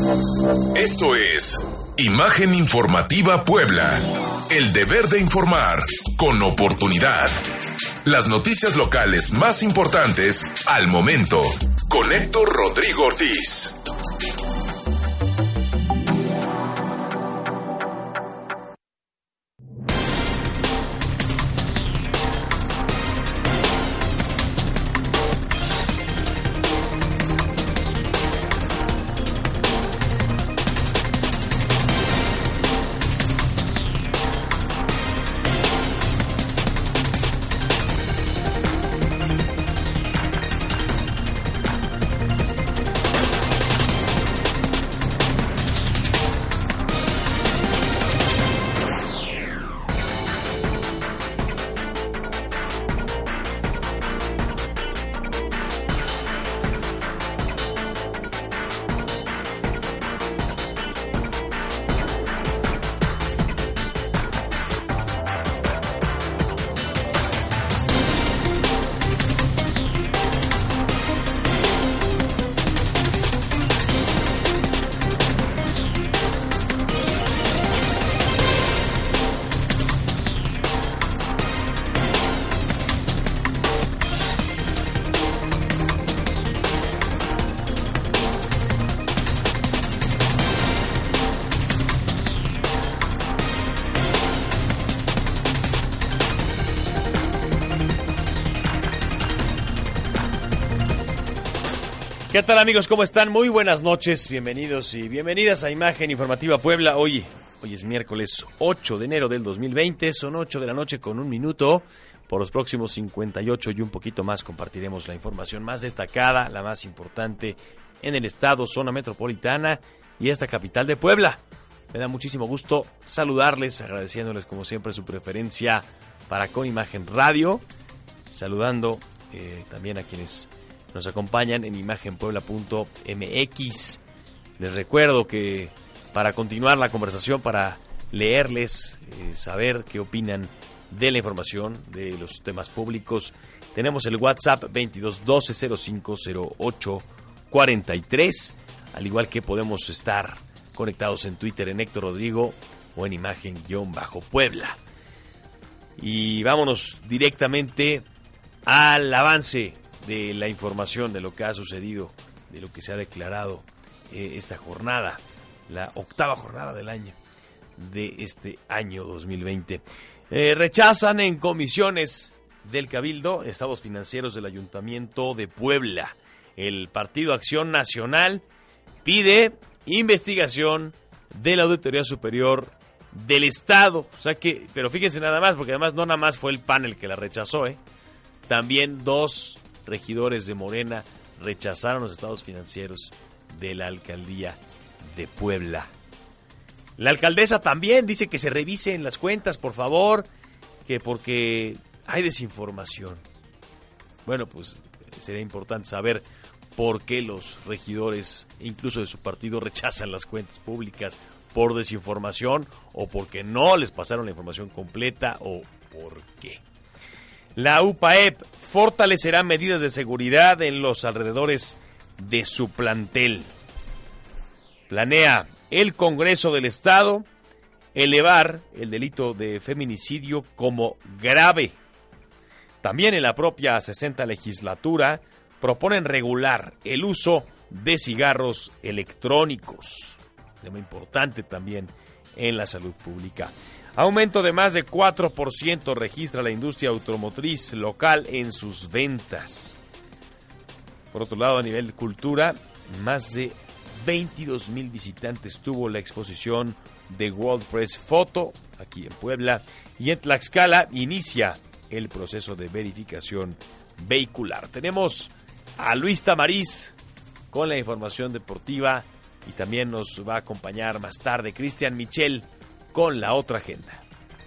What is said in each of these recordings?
Esto es Imagen Informativa Puebla. El deber de informar con oportunidad. Las noticias locales más importantes al momento. Con Héctor Rodrigo Ortiz. ¿Qué tal, amigos? ¿Cómo están? Muy buenas noches, bienvenidos y bienvenidas a Imagen Informativa Puebla. Hoy es miércoles 8 de enero del 2020, son 8 de la noche con un minuto. Por los próximos 58 y un poquito más compartiremos la información más destacada, la más importante en el estado, zona metropolitana y esta capital de Puebla. Me da muchísimo gusto saludarles, agradeciéndoles como siempre su preferencia para Con Imagen Radio, saludando también a quienes nos acompañan en imagenpuebla.mx. Les recuerdo que para continuar la conversación, para leerles, saber qué opinan de la información, de los temas públicos, tenemos el WhatsApp 22 12 05 08 43, al igual que podemos estar conectados en Twitter en Héctor Rodrigo o en Imagen-Puebla. Y vámonos directamente al avance de la información, de lo que ha sucedido, de lo que se ha declarado esta jornada, la octava jornada del año, de este año 2020. Rechazan en comisiones del Cabildo estados financieros del Ayuntamiento de Puebla. El Partido Acción Nacional pide investigación de la Auditoría Superior del Estado. O sea que, pero fíjense nada más, porque además no nada más fue el PAN el que la rechazó, También dos regidores de Morena rechazaron los estados financieros de la alcaldía de Puebla. La alcaldesa también dice que se revisen las cuentas, por favor, que porque hay desinformación. Bueno, pues sería importante saber por qué los regidores, incluso de su partido, rechazan las cuentas públicas, por desinformación o porque no les pasaron la información completa o por qué. La UPAEP fortalecerá medidas de seguridad en los alrededores de su plantel. Planea el Congreso del Estado elevar el delito de feminicidio como grave. También en la propia 60ª legislatura proponen regular el uso de cigarros electrónicos. Tema importante también en la salud pública. Aumento de más de 4% registra la industria automotriz local en sus ventas. Por otro lado, a nivel de cultura, más de 22,000 visitantes tuvo la exposición de World Press Photo aquí en Puebla, y en Tlaxcala inicia el proceso de verificación vehicular. Tenemos a Luis Tamariz con la información deportiva y también nos va a acompañar más tarde Cristian Michel con la otra agenda.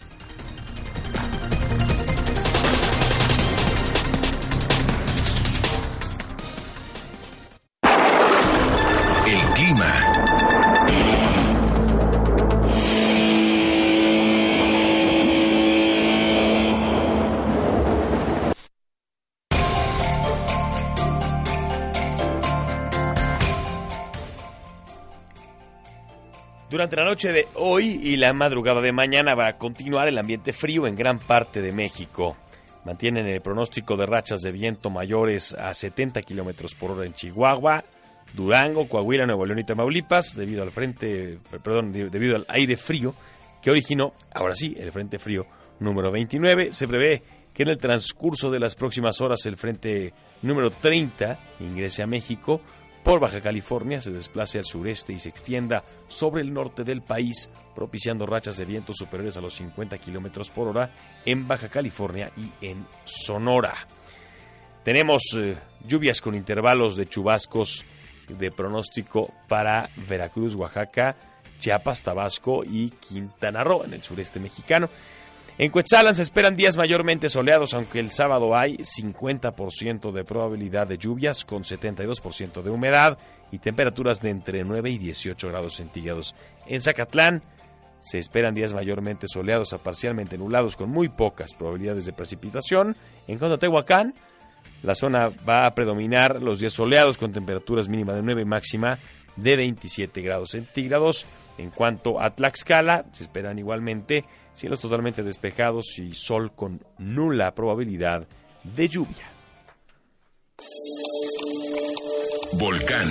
El clima. Durante la noche de hoy y la madrugada de mañana va a continuar el ambiente frío en gran parte de México. Mantienen el pronóstico de rachas de viento mayores a 70 kilómetros por hora en Chihuahua, Durango, Coahuila, Nuevo León y Tamaulipas, debido al aire frío que originó, ahora sí, el frente frío número 29. Se prevé que en el transcurso de las próximas horas el frente número 30 ingrese a México por Baja California, se desplace al sureste y se extienda sobre el norte del país, propiciando rachas de viento superiores a los 50 kilómetros por hora en Baja California y en Sonora. Tenemos lluvias con intervalos de chubascos de pronóstico para Veracruz, Oaxaca, Chiapas, Tabasco y Quintana Roo en el sureste mexicano. En Cuetzalan se esperan días mayormente soleados, aunque el sábado hay 50% de probabilidad de lluvias con 72% de humedad y temperaturas de entre 9 y 18 grados centígrados. En Zacatlán se esperan días mayormente soleados a parcialmente nublados con muy pocas probabilidades de precipitación. En cuanto a Tehuacán, la zona va a predominar los días soleados con temperaturas mínimas de 9 y máxima de 27 grados centígrados. En cuanto a Tlaxcala, se esperan igualmente cielos totalmente despejados y sol con nula probabilidad de lluvia. Volcán.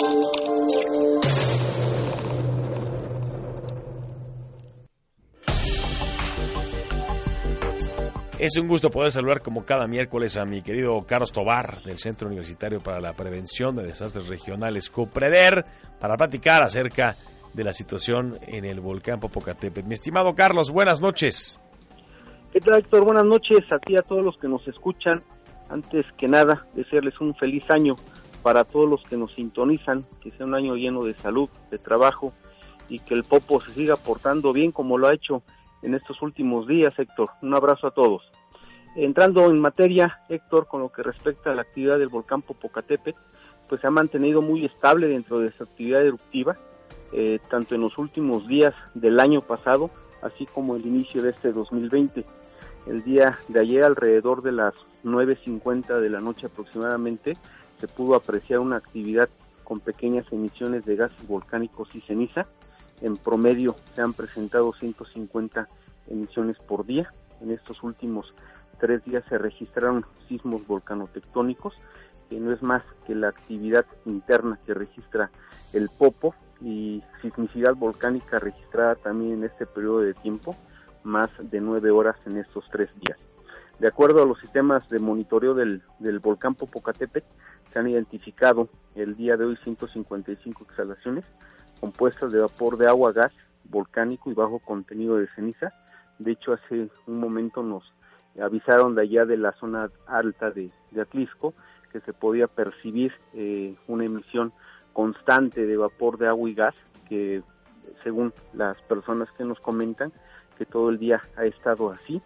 Es un gusto poder saludar como cada miércoles a mi querido Carlos Tobar del Centro Universitario para la Prevención de Desastres Regionales COPREDER para platicar acerca de la situación en el volcán Popocatépetl. Mi estimado Carlos, buenas noches. ¿Qué tal, Héctor? Buenas noches a ti y a todos los que nos escuchan. Antes que nada, desearles un feliz año para todos los que nos sintonizan, que sea un año lleno de salud, de trabajo y que el Popo se siga portando bien como lo ha hecho en estos últimos días, Héctor. Un abrazo a todos. Entrando en materia, Héctor, con lo que respecta a la actividad del volcán Popocatépetl, pues se ha mantenido muy estable dentro de su actividad eruptiva, tanto en los últimos días del año pasado, así como el inicio de este 2020. El día de ayer, alrededor de las 9:50 de la noche aproximadamente, se pudo apreciar una actividad con pequeñas emisiones de gases volcánicos y ceniza. En promedio se han presentado 150 emisiones por día. En estos últimos 3 días se registraron sismos volcanotectónicos, que no es más que la actividad interna que registra el Popo, y sismicidad volcánica registrada también en este periodo de tiempo, más de 9 horas en estos 3 días. De acuerdo a los sistemas de monitoreo del volcán Popocatépetl, se han identificado el día de hoy 155 exhalaciones compuestas de vapor de agua, gas volcánico y bajo contenido de ceniza. De hecho, hace un momento nos avisaron de allá de la zona alta de Atlisco que se podía percibir una emisión constante de vapor de agua y gas, que según las personas que nos comentan, que todo el día ha estado así.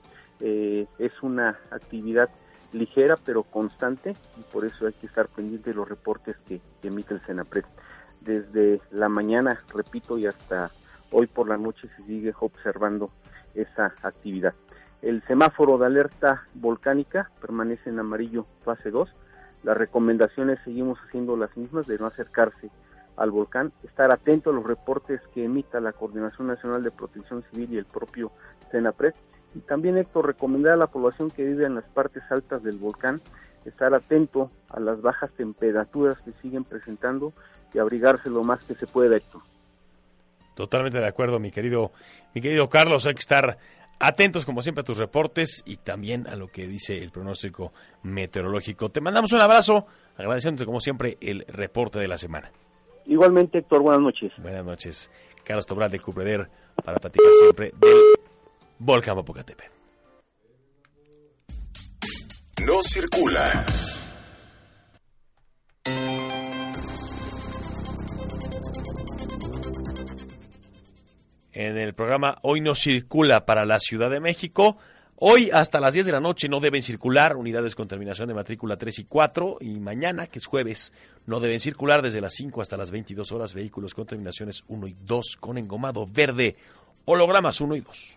Es una actividad ligera pero constante, y por eso hay que estar pendiente de los reportes que emite el CENAPRED. Desde la mañana, repito, y hasta hoy por la noche se sigue observando esa actividad. El semáforo de alerta volcánica permanece en amarillo fase 2. Las recomendaciones seguimos haciendo las mismas, de no acercarse al volcán, estar atento a los reportes que emita la Coordinación Nacional de Protección Civil y el propio CENAPRED. Y también, Héctor, recomendar a la población que vive en las partes altas del volcán estar atento a las bajas temperaturas que siguen presentando y abrigarse lo más que se pueda, Héctor. Totalmente de acuerdo, mi querido Carlos. Hay que estar atentos, como siempre, a tus reportes y también a lo que dice el pronóstico meteorológico. Te mandamos un abrazo, agradeciéndote, como siempre, el reporte de la semana. Igualmente, Héctor, buenas noches. Buenas noches. Carlos Tobar de COPREDER para platicar siempre del volcán Popocatépetl. No circula. En el programa Hoy no circula para la Ciudad de México. Hoy hasta las 10 de la noche no deben circular unidades con terminación de matrícula 3 y 4. Y mañana, que es jueves, no deben circular desde las 5 hasta las 22 horas vehículos con terminaciones 1 y 2 con engomado verde, hologramas 1 y 2.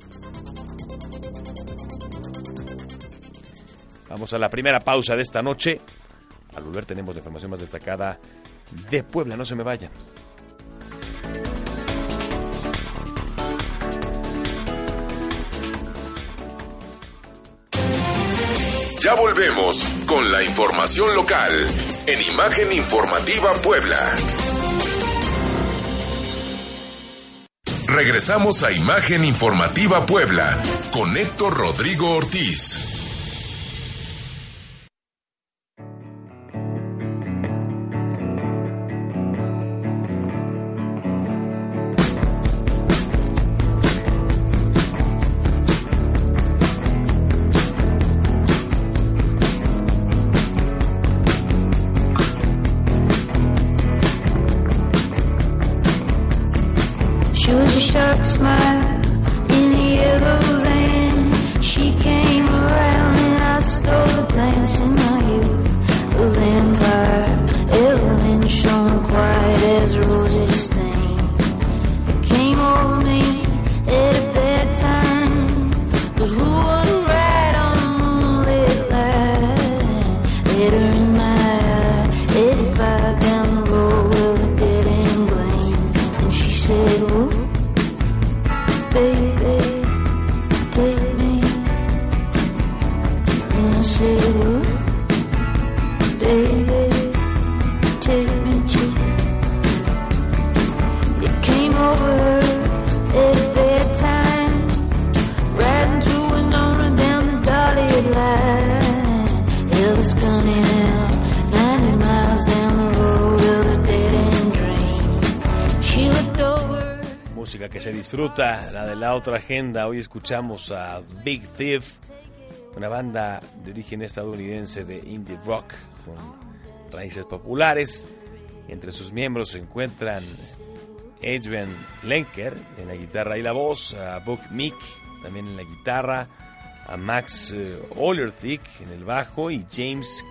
Vamos a la primera pausa de esta noche. Al volver tenemos la información más destacada de Puebla. No se me vayan. Ya volvemos con la información local en Imagen Informativa Puebla. Regresamos a Imagen Informativa Puebla con Héctor Rodrigo Ortiz. La de la otra agenda. Hoy escuchamos a Big Thief, una banda de origen estadounidense de indie rock con raíces populares. Entre sus miembros se encuentran Adrian Lenker en la guitarra y la voz, a Buck Meek también en la guitarra, a Max Ollerthik en el bajo y James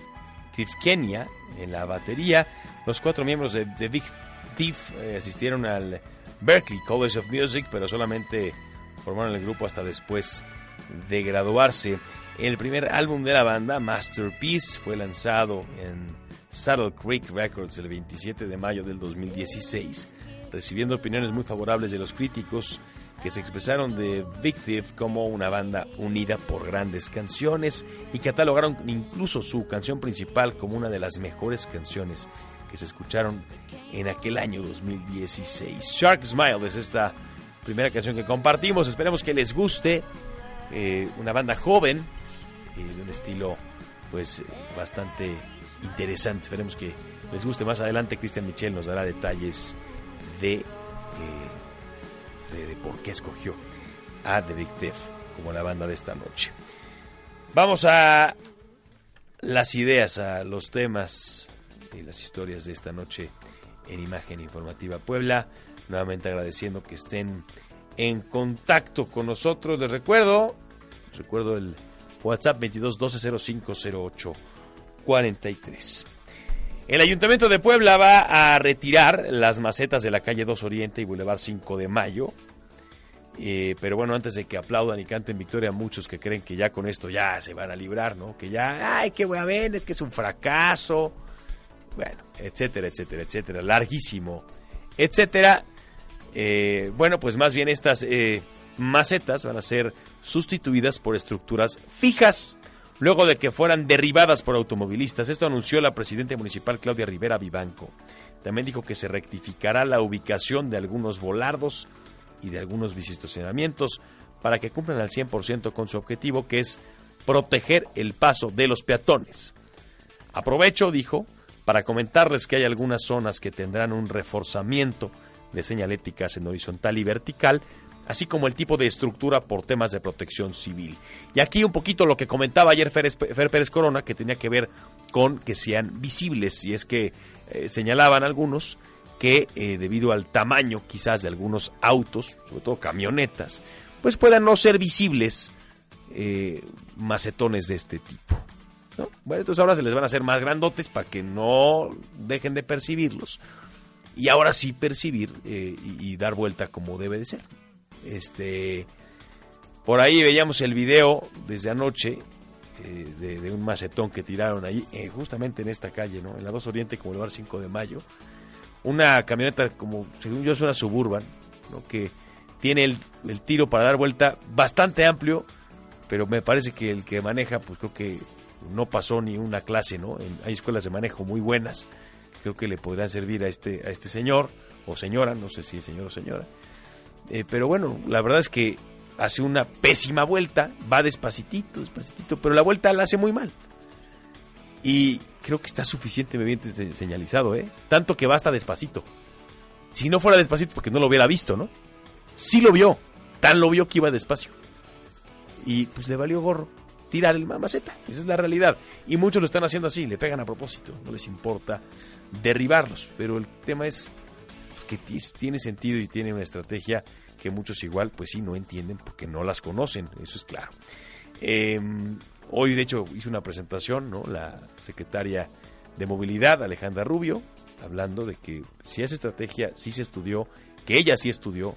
Krivkenia en la batería. Los 4 miembros de Big Thief asistieron al Berklee College of Music, pero solamente formaron el grupo hasta después de graduarse. El primer álbum de la banda, Masterpiece, fue lanzado en Saddle Creek Records el 27 de mayo del 2016, recibiendo opiniones muy favorables de los críticos, que se expresaron de Big Thief como una banda unida por grandes canciones y catalogaron incluso su canción principal como una de las mejores canciones que se escucharon en aquel año 2016. Shark Smile es esta primera canción que compartimos. Esperemos que les guste. Una banda joven, de un estilo pues bastante interesante. Esperemos que les guste. Más adelante Cristian Michel nos dará detalles de por qué escogió a The Big Thief como la banda de esta noche. Vamos a las ideas, a los temas y las historias de esta noche en Imagen Informativa Puebla. Nuevamente agradeciendo que estén en contacto con nosotros. Les recuerdo el WhatsApp 22 12 05 08 43. El Ayuntamiento de Puebla va a retirar las macetas de la calle 2 Oriente y Boulevard 5 de Mayo. Pero bueno, antes de que aplaudan y canten victoria muchos que creen que ya con esto ya se van a librar, ¿no? Que ya, ay, qué voy a ver, es que es un fracaso. Bueno, etcétera, etcétera, etcétera, larguísimo, etcétera. Bueno, pues más bien estas macetas van a ser sustituidas por estructuras fijas, luego de que fueran derribadas por automovilistas. Esto anunció la presidenta municipal Claudia Rivera Vivanco. También dijo que se rectificará la ubicación de algunos volardos y de algunos biciestacionamientos para que cumplan al 100% con su objetivo, que es proteger el paso de los peatones. Aprovecho, dijo, para comentarles que hay algunas zonas que tendrán un reforzamiento de señaléticas en horizontal y vertical, así como el tipo de estructura por temas de protección civil. Y aquí un poquito lo que comentaba ayer Fer Pérez Corona, que tenía que ver con que sean visibles, y es que señalaban algunos que debido al tamaño quizás de algunos autos, sobre todo camionetas, pues puedan no ser visibles macetones de este tipo, ¿no? Bueno, entonces ahora se les van a hacer más grandotes para que no dejen de percibirlos, y ahora sí percibir y dar vuelta como debe de ser. Por ahí veíamos el video desde anoche de un macetón que tiraron ahí, justamente en esta calle, ¿no? En la 2 Oriente, como el Boulevard 5 de Mayo. Una camioneta, como según yo es una Suburban, ¿no? Que tiene el tiro para dar vuelta bastante amplio, pero me parece que el que maneja, pues creo que no pasó ni una clase, ¿no? Hay escuelas de manejo muy buenas, creo que le podrán servir a este señor o señora, no sé si es señor o señora, pero bueno, la verdad es que hace una pésima vuelta, va despacitito, pero la vuelta la hace muy mal. Y creo que está suficientemente señalizado, tanto que va hasta despacito. Si no fuera despacito, porque no lo hubiera visto, ¿no? Sí lo vio, tan lo vio que iba despacio. Y pues le valió gorro tirar el maceta, esa es la realidad. Y muchos lo están haciendo así, le pegan a propósito, no les importa derribarlos. Pero el tema es que tiene sentido y tiene una estrategia que muchos igual, pues sí, no entienden porque no las conocen, eso es claro. Hoy, de hecho, hizo una presentación, ¿no? La secretaria de Movilidad, Alejandra Rubio, hablando de que si esa estrategia sí se estudió, que ella sí estudió,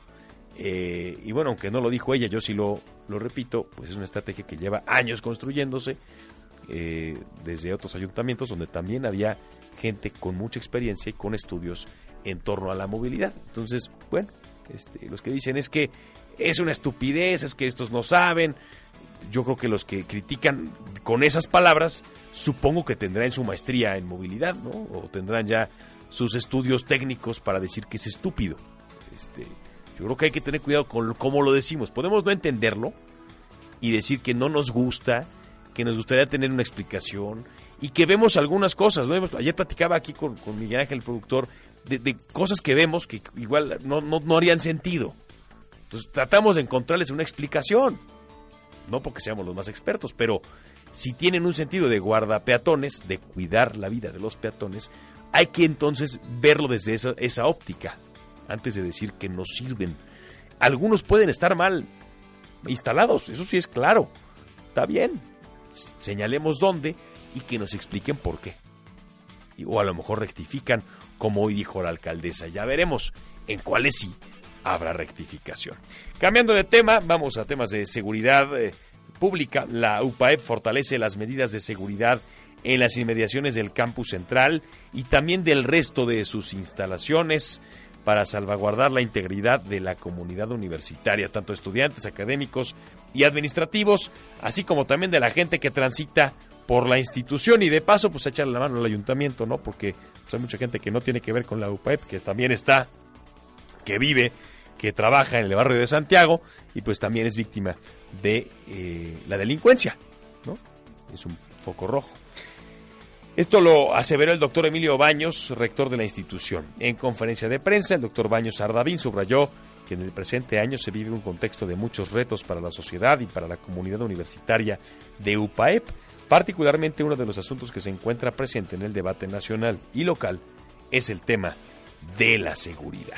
y bueno, aunque no lo dijo ella, yo sí lo repito, pues es una estrategia que lleva años construyéndose desde otros ayuntamientos donde también había gente con mucha experiencia y con estudios en torno a la movilidad. Entonces, bueno, los que dicen es que es una estupidez, es que estos no saben, yo creo que los que critican con esas palabras, supongo que tendrán su maestría en movilidad, ¿no? O tendrán ya sus estudios técnicos para decir que es estúpido. Yo creo que hay que tener cuidado con cómo lo decimos. Podemos no entenderlo y decir que no nos gusta, que nos gustaría tener una explicación y que vemos algunas cosas, ¿no? Ayer platicaba aquí con Miguel Ángel, el productor, de cosas que vemos que igual no harían sentido. Entonces tratamos de encontrarles una explicación. No porque seamos los más expertos, pero si tienen un sentido de guardapeatones, de cuidar la vida de los peatones, hay que entonces verlo desde esa óptica, antes de decir que no sirven. Algunos pueden estar mal instalados, eso sí es claro, está bien, señalemos dónde y que nos expliquen por qué. O a lo mejor rectifican, como hoy dijo la alcaldesa, ya veremos en cuáles sí habrá rectificación. Cambiando de tema, vamos a temas de seguridad pública. La UPAEP fortalece las medidas de seguridad en las inmediaciones del campus central y también del resto de sus instalaciones para salvaguardar la integridad de la comunidad universitaria, tanto estudiantes, académicos y administrativos, así como también de la gente que transita por la institución. Y de paso, pues echarle la mano al ayuntamiento, ¿no? Porque pues, hay mucha gente que no tiene que ver con la UPAEP, que también está, que vive, que trabaja en el barrio de Santiago y pues también es víctima de la delincuencia, ¿no? Es un foco rojo. Esto lo aseveró el doctor Emilio Baños, rector de la institución. En conferencia de prensa, el doctor Baños Ardavín subrayó que en el presente año se vive un contexto de muchos retos para la sociedad y para la comunidad universitaria de UPAEP. Particularmente uno de los asuntos que se encuentra presente en el debate nacional y local es el tema de la seguridad.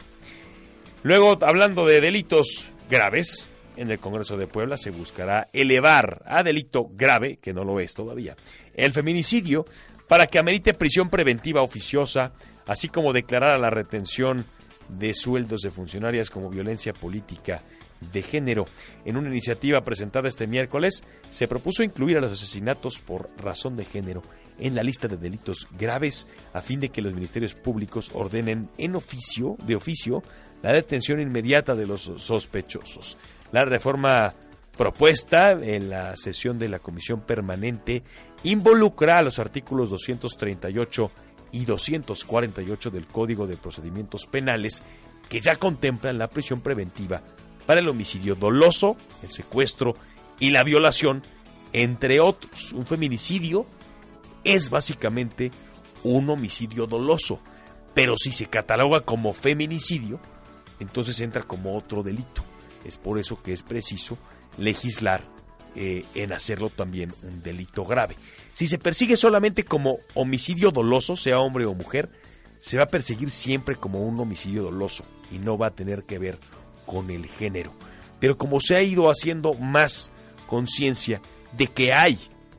Luego, hablando de delitos graves, en el Congreso de Puebla se buscará elevar a delito grave, que no lo es todavía, el feminicidio para que amerite prisión preventiva oficiosa, así como declarar a la retención de sueldos de funcionarias como violencia política de género. En una iniciativa presentada este miércoles, se propuso incluir a los asesinatos por razón de género en la lista de delitos graves, a fin de que los ministerios públicos ordenen de oficio, la detención inmediata de los sospechosos. La reforma propuesta en la sesión de la Comisión Permanente involucra a los artículos 238 y 248 del Código de Procedimientos Penales, que ya contemplan la prisión preventiva para el homicidio doloso, el secuestro y la violación, entre otros. Un feminicidio es básicamente un homicidio doloso, pero si se cataloga como feminicidio, entonces entra como otro delito. Es por eso que es preciso legislar en hacerlo también un delito grave. Si se persigue solamente como homicidio doloso, sea hombre o mujer, se va a perseguir siempre como un homicidio doloso y no va a tener que ver con el género. Pero como se ha ido haciendo más conciencia de que hay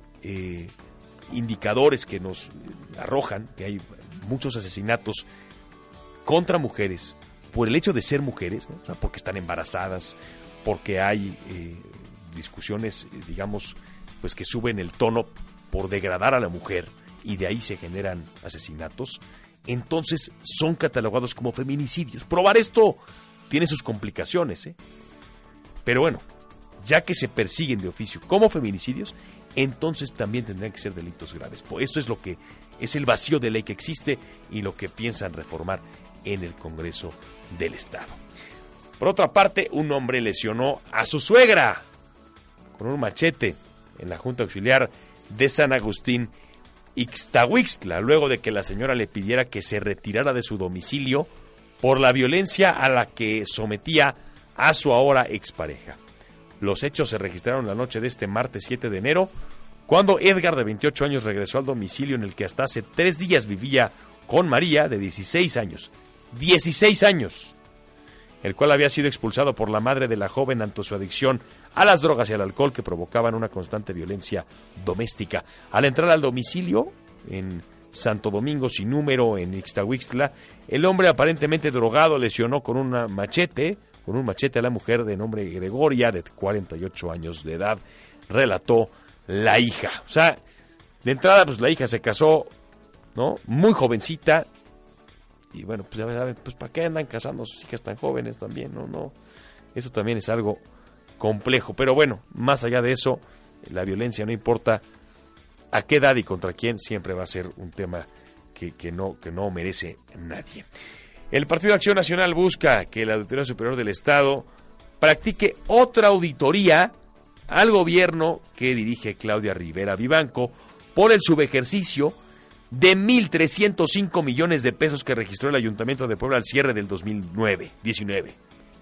indicadores que nos arrojan que hay muchos asesinatos contra mujeres por el hecho de ser mujeres, ¿no? O sea, porque están embarazadas, porque hay discusiones, digamos, pues que suben el tono por degradar a la mujer y de ahí se generan asesinatos, entonces son catalogados como feminicidios. Probar esto tiene sus complicaciones, pero bueno, ya que se persiguen de oficio como feminicidios, entonces también tendrían que ser delitos graves. Pues esto es lo que es el vacío de ley que existe y lo que piensan reformar en el Congreso del Estado. Por otra parte, un hombre lesionó a su suegra con un machete en la Junta Auxiliar de San Agustín Ixtahuixtla, luego de que la señora le pidiera que se retirara de su domicilio por la violencia a la que sometía a su ahora expareja. Los hechos se registraron la noche de este martes 7 de enero, cuando Edgar, de 28 años, regresó al domicilio en el que hasta hace 3 días vivía con María, de 16 años. 16 años, el cual había sido expulsado por la madre de la joven ante su adicción a las drogas y al alcohol que provocaban una constante violencia doméstica. Al entrar al domicilio en Santo Domingo sin número en Ixtahuixtla, el hombre aparentemente drogado lesionó con un machete a la mujer de nombre Gregoria, de 48 años de edad, relató la hija. O sea, de entrada, pues la hija se casó, ¿no? Muy jovencita. Y bueno, pues ya saben, pues ¿para qué andan casando a sus hijas tan jóvenes también? No, eso también es algo complejo. Pero bueno, más allá de eso, la violencia, no importa a qué edad y contra quién, siempre va a ser un tema que no merece nadie. El Partido de Acción Nacional busca que la Auditoría Superior del Estado practique otra auditoría al gobierno que dirige Claudia Rivera Vivanco por el subejercicio de 1,305 millones de pesos que registró el Ayuntamiento de Puebla al cierre del 2019.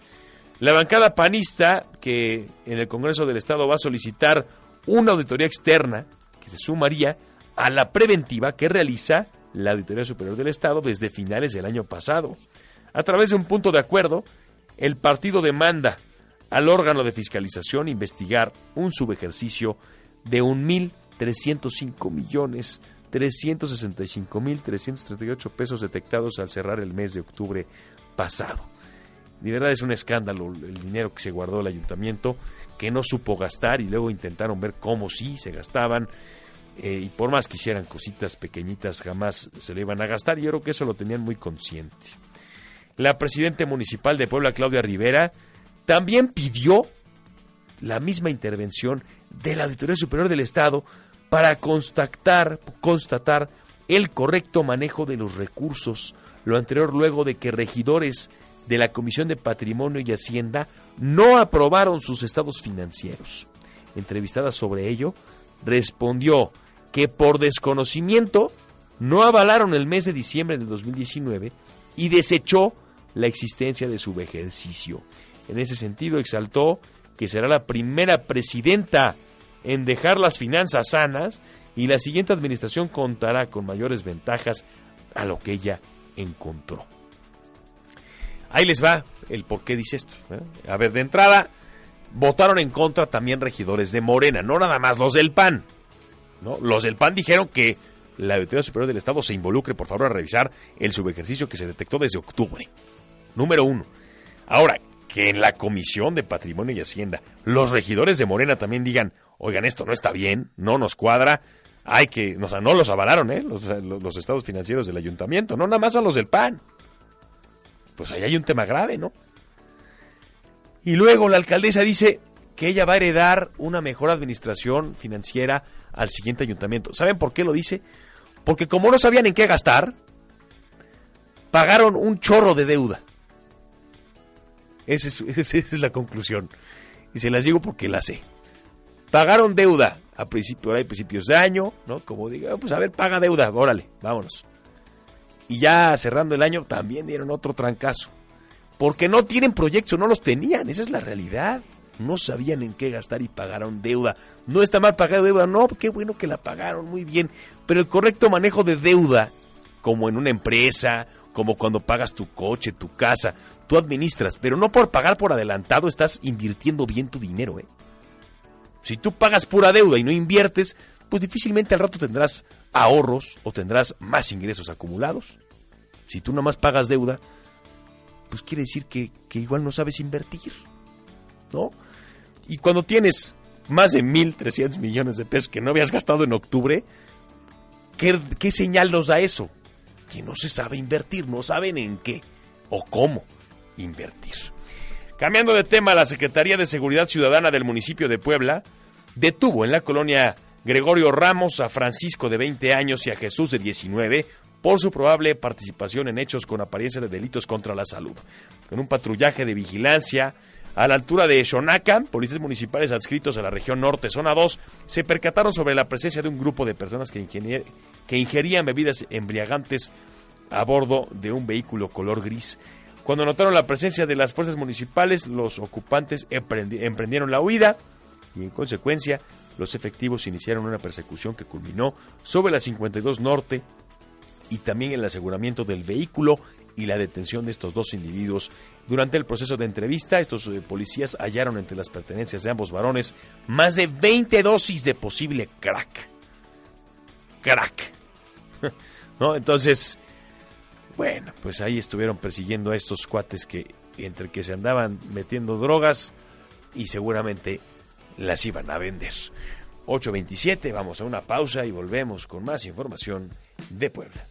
La bancada panista, que en el Congreso del Estado va a solicitar una auditoría externa que se sumaría a la preventiva que realiza la Auditoría Superior del Estado desde finales del año pasado. A través de un punto de acuerdo, el partido demanda al órgano de fiscalización investigar un subejercicio de 1,365,365,338 pesos detectados al cerrar el mes de octubre pasado. De verdad es un escándalo el dinero que se guardó el ayuntamiento, que no supo gastar y luego intentaron ver cómo sí se gastaban. Y por más que hicieran cositas pequeñitas, jamás se le iban a gastar, y yo creo que eso lo tenían muy consciente. La presidenta municipal de Puebla, Claudia Rivera, también pidió la misma intervención de la Auditoría Superior del Estado para constatar el correcto manejo de los recursos, lo anterior luego de que regidores de la Comisión de Patrimonio y Hacienda no aprobaron sus estados financieros. Entrevistada sobre ello, respondió que por desconocimiento no avalaron el mes de diciembre del 2019 y desechó la existencia de subejercicio. En ese sentido, exaltó que será la primera presidenta en dejar las finanzas sanas y la siguiente administración contará con mayores ventajas a lo que ella encontró. Ahí les va el por qué dice esto. A ver, de entrada, votaron en contra también regidores de Morena, no nada más los del PAN, ¿no? Los del PAN dijeron que la Auditoría Superior del Estado se involucre, por favor, a revisar el subejercicio que se detectó desde octubre. Número 1. Ahora, que en la Comisión de Patrimonio y Hacienda los regidores de Morena también digan, oigan, esto no está bien, no nos cuadra, hay que, o sea, no los avalaron, los estados financieros del ayuntamiento, no nada más a los del PAN. Pues ahí hay un tema grave, ¿no? Y luego la alcaldesa dice que ella va a heredar una mejor administración financiera al siguiente ayuntamiento. ¿Saben por qué lo dice? Porque como no sabían en qué gastar, pagaron un chorro de deuda. Esa es la conclusión. Y se las digo porque la sé. Pagaron deuda a principios de año, ¿no? Como diga, pues a ver, paga deuda, órale, vámonos. Y ya cerrando el año también dieron otro trancazo. Porque no tienen proyectos, no los tenían, esa es la realidad. No sabían en qué gastar y pagaron deuda. No está mal pagar deuda, no, qué bueno que la pagaron, muy bien. Pero el correcto manejo de deuda, como en una empresa, como cuando pagas tu coche, tu casa, tú administras, pero no por pagar por adelantado estás invirtiendo bien tu dinero, ¿eh? Si tú pagas pura deuda y no inviertes, pues difícilmente al rato tendrás ahorros o tendrás más ingresos acumulados. Si tú nada más pagas deuda, pues quiere decir que igual no sabes invertir, ¿no? Y cuando tienes más de 1,300 millones de pesos que no habías gastado en octubre, ¿qué señal nos da eso? Que no se sabe invertir, no saben en qué o cómo invertir. Cambiando de tema, la Secretaría de Seguridad Ciudadana del municipio de Puebla detuvo en la colonia Gregorio Ramos a Francisco de 20 años y a Jesús de 19 por su probable participación en hechos con apariencia de delitos contra la salud. Con un patrullaje de vigilancia a la altura de Xonaca, policías municipales adscritos a la región norte, zona 2, se percataron sobre la presencia de un grupo de personas que ingerían bebidas embriagantes a bordo de un vehículo color gris. Cuando notaron la presencia de las fuerzas municipales, los ocupantes emprendieron la huida y, en consecuencia, los efectivos iniciaron una persecución que culminó sobre la 52 Norte y también el aseguramiento del vehículo y la detención de estos dos individuos. Durante el proceso de entrevista, estos policías hallaron entre las pertenencias de ambos varones más de 20 dosis de posible crack. ¿No? Entonces, bueno, pues ahí estuvieron persiguiendo a estos cuates que entre que se andaban metiendo drogas y seguramente las iban a vender. 8:27, vamos a una pausa y volvemos con más información de Puebla.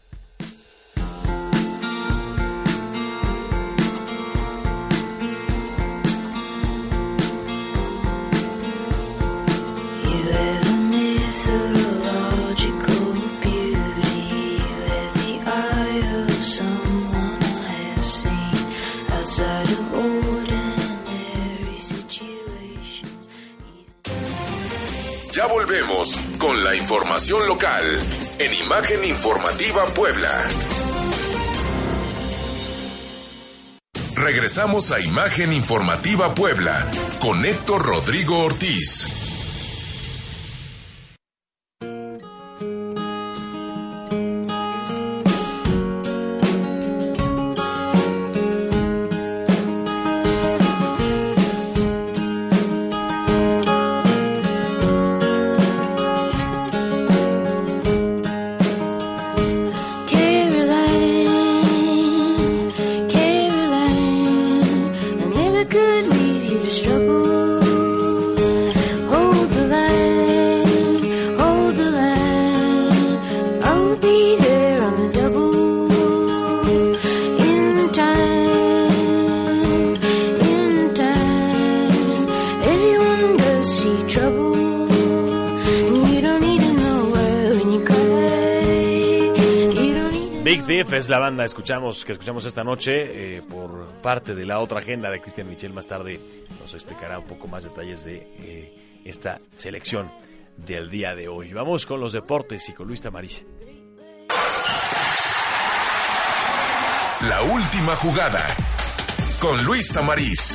Ya volvemos con la información local en Imagen Informativa Puebla. Regresamos a Imagen Informativa Puebla con Héctor Rodrigo Ortiz. Es la banda que escuchamos esta noche por parte de la otra agenda de Cristian Michel. Más tarde nos explicará un poco más detalles de esta selección del día de hoy. Vamos con los deportes y con Luis Tamariz. La última jugada con Luis Tamariz.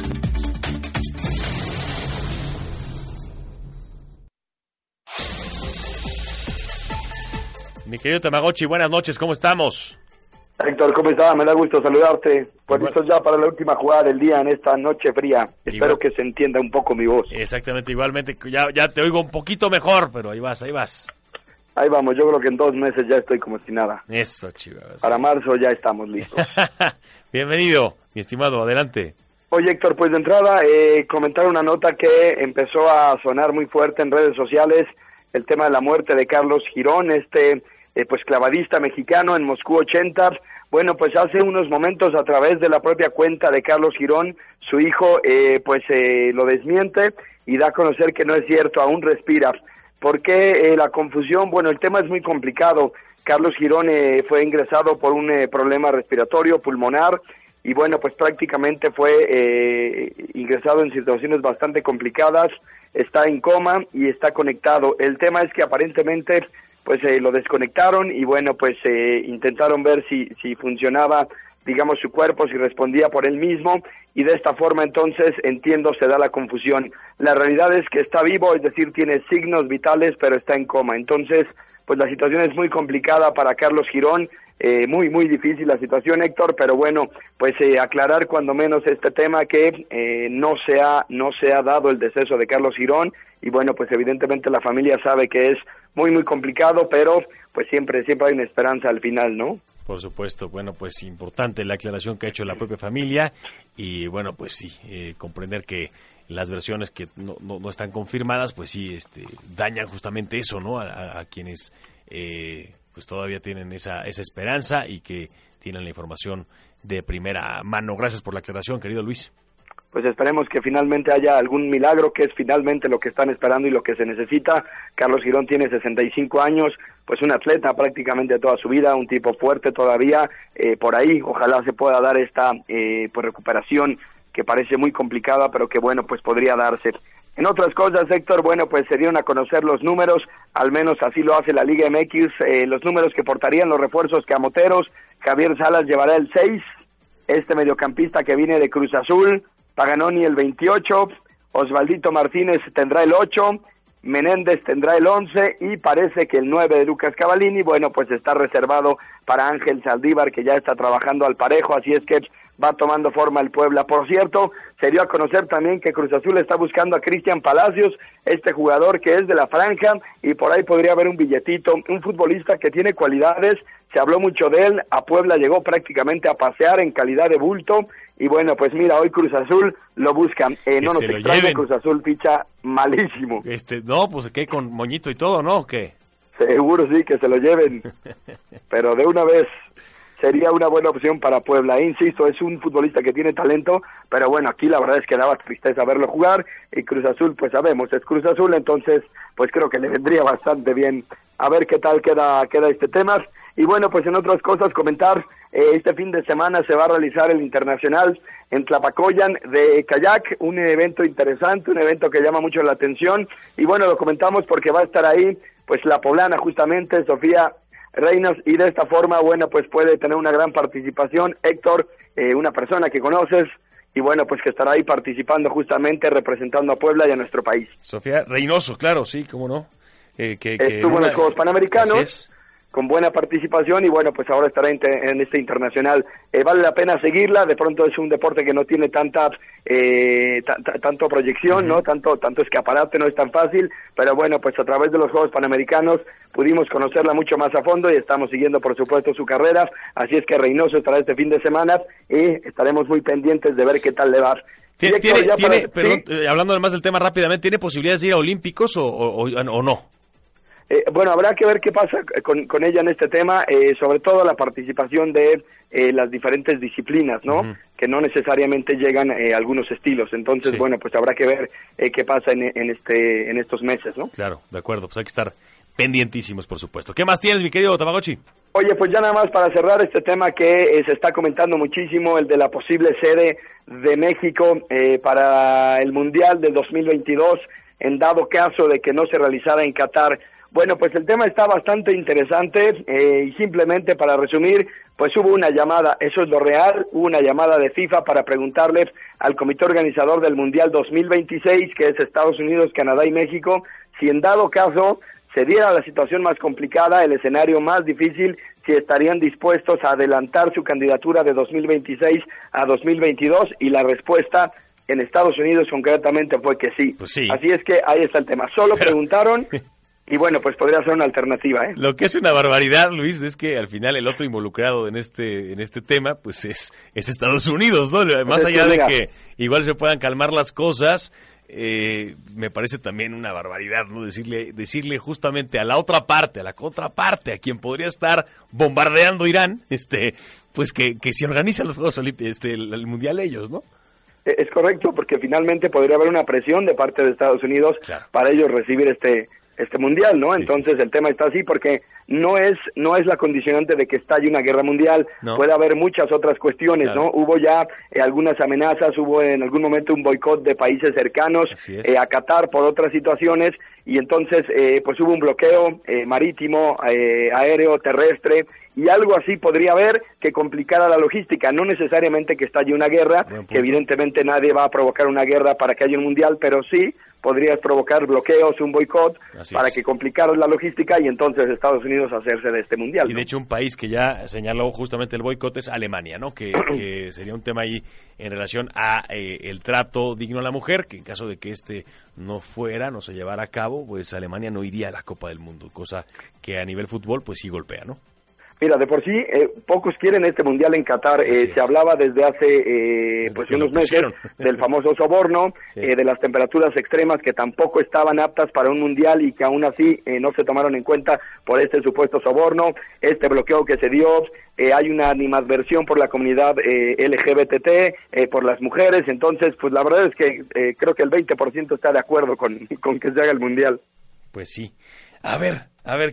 Mi querido Tamagotchi, buenas noches, ¿cómo estamos? Héctor, ¿cómo estás? Me da gusto saludarte. Pues listos ya para la última jugada del día en esta noche fría. Espero que se entienda un poco mi voz. Exactamente, igualmente. Ya te oigo un poquito mejor, pero ahí vas. Ahí vamos, yo creo que en 2 meses ya estoy como si nada. Eso, chivas. Para marzo ya estamos listos. Bienvenido, mi estimado, adelante. Oye, Héctor, pues de entrada, comentar una nota que empezó a sonar muy fuerte en redes sociales, el tema de la muerte de Carlos Girón, pues clavadista mexicano en Moscú 80. Bueno, pues hace unos momentos a través de la propia cuenta de Carlos Girón, su hijo lo desmiente y da a conocer que no es cierto, aún respira. ¿Por qué la confusión? Bueno, el tema es muy complicado. Carlos Girón fue ingresado por un problema respiratorio pulmonar y bueno, pues prácticamente fue ingresado en situaciones bastante complicadas, está en coma y está conectado. El tema es que aparentemente pues lo desconectaron y bueno, pues intentaron ver si funcionaba, digamos, su cuerpo, si respondía por él mismo, y de esta forma entonces, entiendo, se da la confusión. La realidad es que está vivo, es decir, tiene signos vitales, pero está en coma. Entonces, pues la situación es muy complicada para Carlos Girón, muy difícil la situación, Héctor, pero bueno, pues aclarar cuando menos este tema que no se ha dado el deceso de Carlos Girón, y bueno, pues evidentemente la familia sabe que es muy complicado, pero pues siempre hay una esperanza al final, ¿no? Por supuesto, bueno, pues importante la aclaración que ha hecho la propia familia y bueno, pues sí, comprender que las versiones que no están confirmadas, pues sí, dañan justamente eso, ¿no? A quienes pues todavía tienen esa esperanza y que tienen la información de primera mano. Gracias por la aclaración, querido Luis. pues esperemos que finalmente haya algún milagro, que es finalmente lo que están esperando y lo que se necesita. Carlos Girón tiene 65 años, pues un atleta prácticamente toda su vida, un tipo fuerte todavía, por ahí ojalá se pueda dar esta pues recuperación que parece muy complicada, pero que bueno, pues podría darse. En otras cosas, Héctor, bueno, pues se dieron a conocer los números, al menos así lo hace la Liga MX, los números que portarían los refuerzos camoteros. Javier Salas llevará el 6, este mediocampista que viene de Cruz Azul, Paganoni el 28, Osvaldito Martínez tendrá el 8, Menéndez tendrá el 11 y parece que el 9 de Lucas Cavallini, bueno, pues está reservado para Ángel Saldívar, que ya está trabajando al parejo, así es que va tomando forma el Puebla. Por cierto, se dio a conocer también que Cruz Azul está buscando a Cristian Palacios, este jugador que es de la franja, y por ahí podría haber un billetito, un futbolista que tiene cualidades, se habló mucho de él, a Puebla llegó prácticamente a pasear en calidad de bulto, y bueno, pues mira, hoy Cruz Azul lo busca, no nos extraña, Cruz Azul ficha malísimo. No, pues ¿qué? Con moñito y todo, ¿no? ¿O qué? Seguro sí, que se lo lleven, pero de una vez sería una buena opción para Puebla. Insisto, es un futbolista que tiene talento, pero bueno, aquí la verdad es que daba tristeza verlo jugar, y Cruz Azul, pues sabemos, es Cruz Azul, entonces pues creo que le vendría bastante bien. A ver qué tal queda este tema. Y bueno, pues en otras cosas comentar, este fin de semana se va a realizar el Internacional en Tlapacoyan de kayak, un evento interesante, un evento que llama mucho la atención, y bueno, lo comentamos porque va a estar ahí pues la poblana justamente, Sofía Reinas, y de esta forma, bueno, pues puede tener una gran participación, Héctor, una persona que conoces, y bueno, pues que estará ahí participando representando a Puebla y a nuestro país. Sofía Reynoso, claro, sí, cómo no. Estuvo en los Juegos Panamericanos, con buena participación, y bueno, pues ahora estará en este internacional. Vale la pena seguirla, de pronto es un deporte que no tiene tanto proyección, ¿no? Tanto escaparate, no es tan fácil, pero bueno, pues a través de los Juegos Panamericanos pudimos conocerla mucho más a fondo y estamos siguiendo, por supuesto, su carrera, así es que Reynoso estará este fin de semana y estaremos muy pendientes de ver qué tal le va. Hablando además del tema rápidamente, ¿tiene posibilidades de ir a Olímpicos o no? Bueno, habrá que ver qué pasa con ella en este tema, sobre todo la participación de las diferentes disciplinas, ¿no? Uh-huh. Que no necesariamente llegan algunos estilos. Entonces, sí. Bueno, pues habrá que ver qué pasa en estos meses, ¿no? Claro, de acuerdo, pues hay que estar pendientísimos, por supuesto. ¿Qué más tienes, mi querido Tamagotchi? Oye, pues ya nada más para cerrar este tema que se está comentando muchísimo, el de la posible sede de México para el Mundial del 2022, en dado caso de que no se realizara en Qatar. Bueno, pues el tema está bastante interesante y simplemente para resumir, pues hubo una llamada, eso es lo real, hubo una llamada de FIFA para preguntarle al comité organizador del Mundial 2026, que es Estados Unidos, Canadá y México, si en dado caso se diera la situación más complicada, el escenario más difícil, si estarían dispuestos a adelantar su candidatura de 2026 a 2022, y la respuesta en Estados Unidos concretamente fue que sí. Pues sí. Así es que ahí está el tema. Solo preguntaron y bueno, pues podría ser una alternativa, ¿eh? Lo que es una barbaridad, Luis, es que al final el otro involucrado en este tema, pues es Estados Unidos, ¿no? Más allá de que igual se puedan calmar las cosas, me parece también una barbaridad, ¿no? Decirle justamente a la otra parte, a la contraparte, a quien podría estar bombardeando Irán, pues que se organizan los Juegos Olímpicos, el Mundial ellos, ¿no? Es correcto, porque finalmente podría haber una presión de parte de Estados Unidos, claro, para ellos recibir este mundial, ¿no? Sí, entonces sí. El tema está así porque no es la condicionante de que estalle una guerra mundial, no. Puede haber muchas otras cuestiones, claro, ¿no? Hubo ya algunas amenazas, hubo en algún momento un boicot de países cercanos a Qatar por otras situaciones, y entonces pues hubo un bloqueo marítimo, aéreo, terrestre, y algo así podría haber que complicara la logística, no necesariamente que estalle una guerra, que evidentemente nadie va a provocar una guerra para que haya un mundial, pero sí podrías provocar bloqueos, un boicot, para que complicara la logística y entonces Estados Unidos hacerse de este mundial, ¿no? Y de hecho un país que ya señaló justamente el boicot es Alemania, ¿no? Que sería un tema ahí en relación a el trato digno a la mujer, que en caso de que no se llevara a cabo, pues Alemania no iría a la Copa del Mundo, cosa que a nivel fútbol pues sí golpea, ¿no? Mira, de por sí, pocos quieren este mundial en Qatar. Se hablaba desde hace pues unos meses del famoso soborno, de las temperaturas extremas que tampoco estaban aptas para un mundial y que aún así no se tomaron en cuenta por este supuesto soborno, este bloqueo que se dio. Hay una animadversión por la comunidad LGBT, por las mujeres. Entonces, pues la verdad es que creo que el 20% está de acuerdo con que se haga el mundial. Pues sí. A ver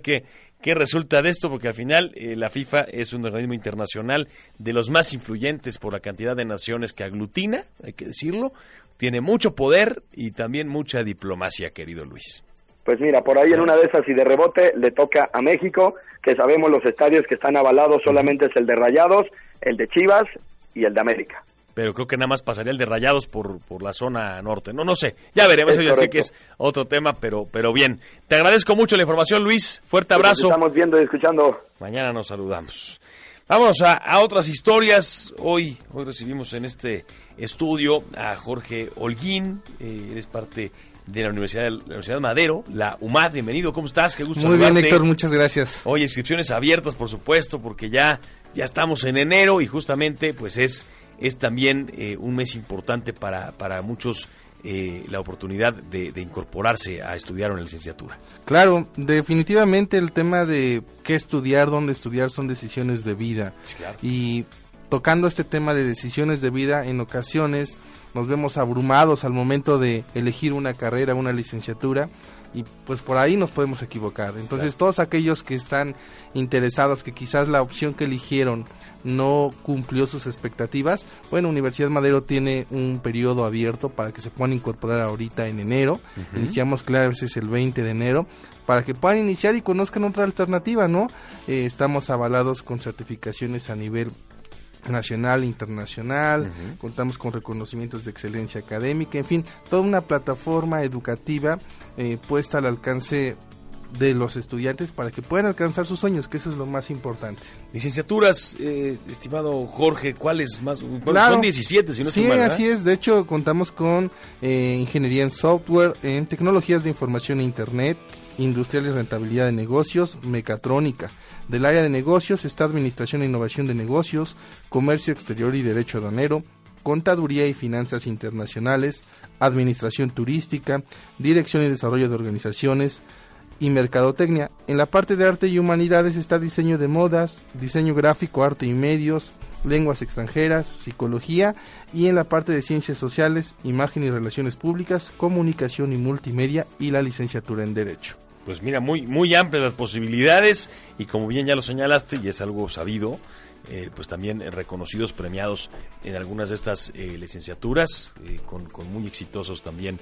qué resulta de esto, porque al final la FIFA es un organismo internacional de los más influyentes por la cantidad de naciones que aglutina, hay que decirlo, tiene mucho poder y también mucha diplomacia, querido Luis. Pues mira, por ahí en una de esas y de rebote le toca a México, que sabemos los estadios que están avalados solamente es el de Rayados, el de Chivas y el de América. Pero creo que nada más pasaría el de Rayados por la zona norte. No sé. Ya veremos. Eso ya sé que es otro tema, pero bien. Te agradezco mucho la información, Luis. Fuerte abrazo. Nos estamos viendo y escuchando. Mañana nos saludamos. Vámonos a otras historias. Hoy recibimos en este estudio a Jorge Holguín. Él es parte de la Universidad Madero, la UMAD. Bienvenido, ¿cómo estás? Qué gusto saludarte. Muy bien, Héctor, muchas gracias. Hoy inscripciones abiertas, por supuesto, porque ya estamos en enero y justamente pues es también un mes importante para muchos, la oportunidad de incorporarse a estudiar una licenciatura. Claro, definitivamente el tema de qué estudiar, dónde estudiar son decisiones de vida. Sí, claro. Y tocando este tema de decisiones de vida, en ocasiones nos vemos abrumados al momento de elegir una carrera, una licenciatura, y pues por ahí nos podemos equivocar. Entonces, todos aquellos que están interesados, que quizás la opción que eligieron no cumplió sus expectativas, bueno, Universidad Madero tiene un periodo abierto para que se puedan incorporar ahorita en enero. Iniciamos clases el 20 de enero para que puedan iniciar y conozcan otra alternativa, ¿no? Estamos avalados con certificaciones a nivel nacional, internacional, contamos con reconocimientos de excelencia académica, en fin, toda una plataforma educativa puesta al alcance de los estudiantes para que puedan alcanzar sus sueños, que eso es lo más importante. Licenciaturas, estimado Jorge, ¿cuáles más? Claro. Son 17, si no estoy Sí, mal, ¿verdad? así es. De hecho, contamos con ingeniería en software, en tecnologías de información e internet, industrial y rentabilidad de negocios, mecatrónica. Del área de negocios está administración e innovación de negocios, comercio exterior y derecho aduanero, contaduría y finanzas internacionales, administración turística, dirección y desarrollo de organizaciones y mercadotecnia. En la parte de arte y humanidades está diseño de modas, diseño gráfico, arte y medios, lenguas extranjeras, psicología, y en la parte de ciencias sociales, imagen y relaciones públicas, comunicación y multimedia, y la licenciatura en derecho. Pues mira, muy amplias las posibilidades y como bien ya lo señalaste y es algo sabido, pues también reconocidos, premiados en algunas de estas licenciaturas, con muy exitosos también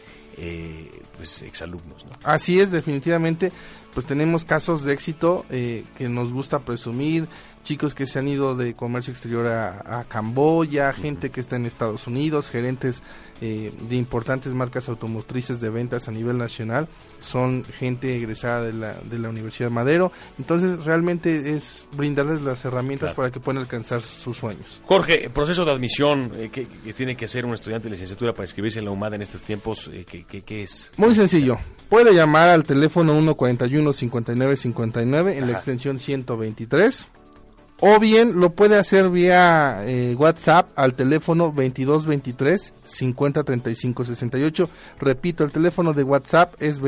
pues exalumnos, ¿no? Así es, definitivamente, pues tenemos casos de éxito que nos gusta presumir, chicos que se han ido de comercio exterior a Camboya, gente que está en Estados Unidos, gerentes de importantes marcas automotrices de ventas a nivel nacional, son gente egresada de la Universidad Madero. Entonces realmente es brindarles las herramientas para que puedan alcanzar sus sueños. Jorge, proceso de admisión que tiene que hacer un estudiante de licenciatura para inscribirse en la UMAD en estos tiempos, ¿qué es? Muy sencillo, puede llamar al teléfono 141-5959 en la extensión 123, o bien lo puede hacer vía WhatsApp al teléfono 2223-503568. Repito, el teléfono de WhatsApp es